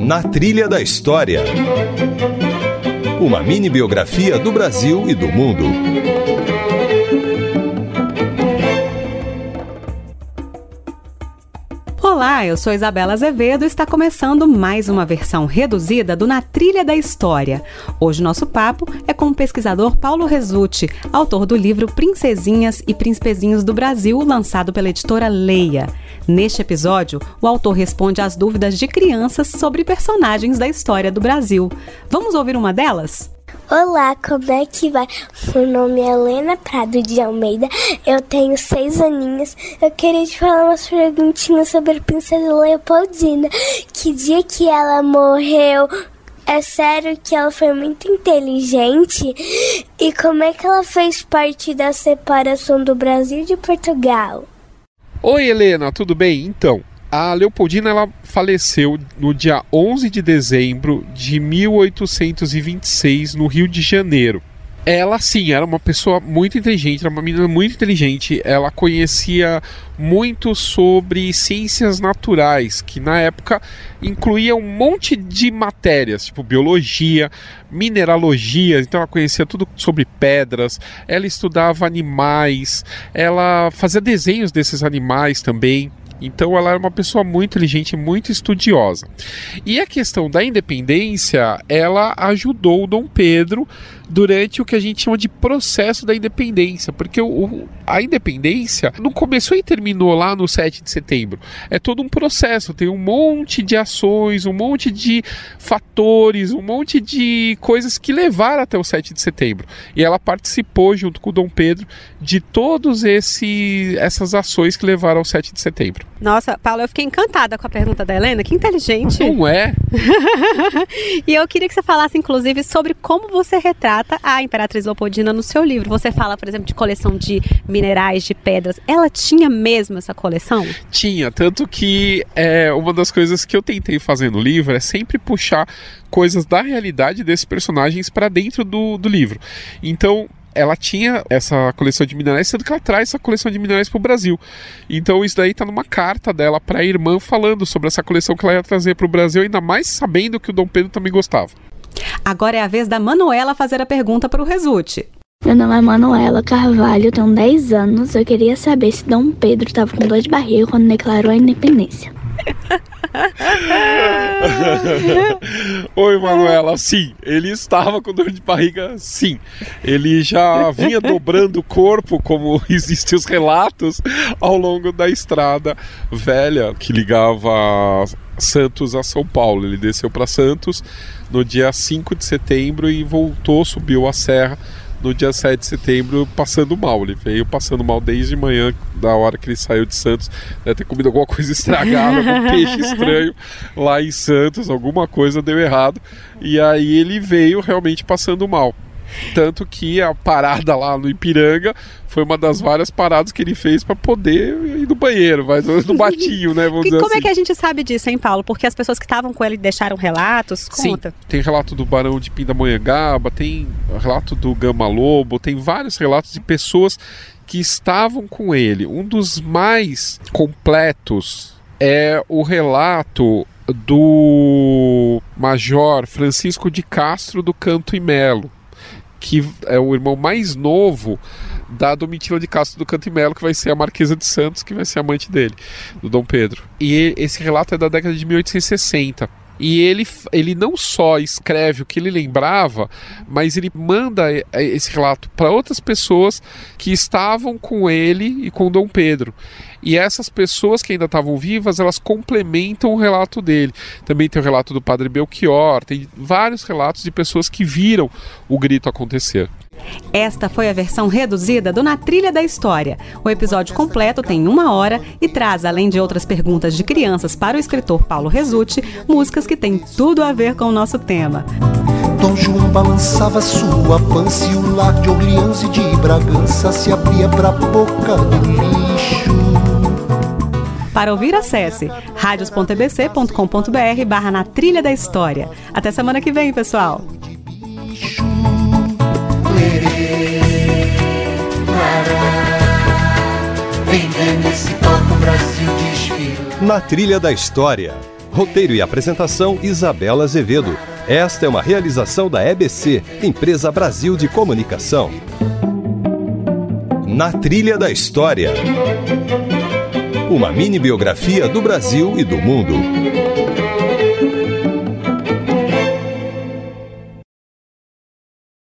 Na Trilha da História. Uma mini-biografia do Brasil e do mundo. Olá, eu sou Isabela Azevedo e está começando mais uma versão reduzida do Na Trilha da História. Hoje nosso papo é com o pesquisador Paulo Rezzutti, autor do livro Princesinhas e Príncipezinhos do Brasil, lançado pela editora Leia. Neste episódio, o autor responde às dúvidas de crianças sobre personagens da história do Brasil. Vamos ouvir uma delas? Olá, como é que vai? Meu nome é Helena Prado de Almeida, eu tenho 6 aninhos. Eu queria te falar umas perguntinhas sobre a princesa Leopoldina. Que dia que ela morreu? É sério que ela foi muito inteligente? E como é que ela fez parte da separação do Brasil de Portugal? Oi, Helena, tudo bem? Então, a Leopoldina ela faleceu no dia 11 de dezembro de 1826, no Rio de Janeiro. Ela, sim, era uma pessoa muito inteligente, era uma menina muito inteligente. Ela conhecia muito sobre ciências naturais, que na época incluía um monte de matérias, tipo biologia, mineralogia. Então ela conhecia tudo sobre pedras, ela estudava animais, ela fazia desenhos desses animais também. Então ela era uma pessoa muito inteligente, muito estudiosa. E a questão da independência, ela ajudou o Dom Pedro durante o que a gente chama de processo da independência, porque a independência não começou e terminou lá no 7 de setembro. É todo um processo, tem um monte de ações, um monte de fatores, um monte de coisas que levaram até o 7 de setembro. E ela participou, junto com o Dom Pedro, de todas essas ações que levaram ao 7 de setembro. Nossa, Paulo, eu fiquei encantada com a pergunta da Helena, que inteligente. Não é? E eu queria que você falasse, inclusive, sobre como você retrata a Imperatriz Leopoldina no seu livro. Você fala, por exemplo, de coleção de minerais, de pedras. Ela tinha mesmo essa coleção? Tinha, tanto que uma das coisas que eu tentei fazer no livro é sempre puxar coisas da realidade desses personagens para dentro do livro. Então, ela tinha essa coleção de minerais, sendo que ela traz essa coleção de minerais para o Brasil. Então isso daí está numa carta dela para a irmã falando sobre essa coleção que ela ia trazer para o Brasil, ainda mais sabendo que o Dom Pedro também gostava. Agora é a vez da Manuela fazer a pergunta para o Rezzutti. Meu nome é Manuela Carvalho, tenho 10 anos. Eu queria saber se Dom Pedro estava com dor de barriga quando declarou a independência. Oi, Manuela, sim, ele estava com dor de barriga, sim. Ele já vinha dobrando o corpo, como existem os relatos, ao longo da estrada velha que ligava Santos a São Paulo. Ele desceu para Santos no dia 5 de setembro e voltou, subiu a serra no dia 7 de setembro passando mal. Ele veio passando mal desde manhã, da hora que ele saiu de Santos. Deve ter comido alguma coisa estragada, algum peixe estranho lá em Santos, alguma coisa deu errado. E aí ele veio realmente passando mal. Tanto que a parada lá no Ipiranga foi uma das várias paradas que ele fez para poder ir no banheiro, mas no batinho, né? Vamos dizer como assim. É que a gente sabe disso, hein, Paulo? Porque as pessoas que estavam com ele deixaram relatos? Conta. Sim, tem relato do Barão de Pindamonhangaba, tem relato do Gama Lobo, tem vários relatos de pessoas que estavam com ele. Um dos mais completos é o relato do Major Francisco de Castro do Canto e Melo, que é o irmão mais novo da Domitila de Castro do Canto e Melo, que vai ser a Marquesa de Santos, que vai ser amante dele, do Dom Pedro. E esse relato é da década de 1860. E ele não só escreve o que ele lembrava, mas ele manda esse relato para outras pessoas que estavam com ele e com Dom Pedro. E essas pessoas que ainda estavam vivas, elas complementam o relato dele. Também tem o relato do Padre Belchior, tem vários relatos de pessoas que viram o grito acontecer. Esta foi a versão reduzida do Na Trilha da História. O episódio completo tem 1 hora e traz, além de outras perguntas de crianças para o escritor Paulo Rezzutti, músicas que têm tudo a ver com o nosso tema. Dom João balançava sua pança e o lar de Orleans e de Bragança se abria pra boca do lixo. Para ouvir, acesse radios.tbc.com.br/Na Trilha da História. Até semana que vem, pessoal! Na Trilha da História. Roteiro e apresentação, Isabela Azevedo. Esta é uma realização da EBC, Empresa Brasil de Comunicação. Na Trilha da História. Uma mini biografia do Brasil e do mundo.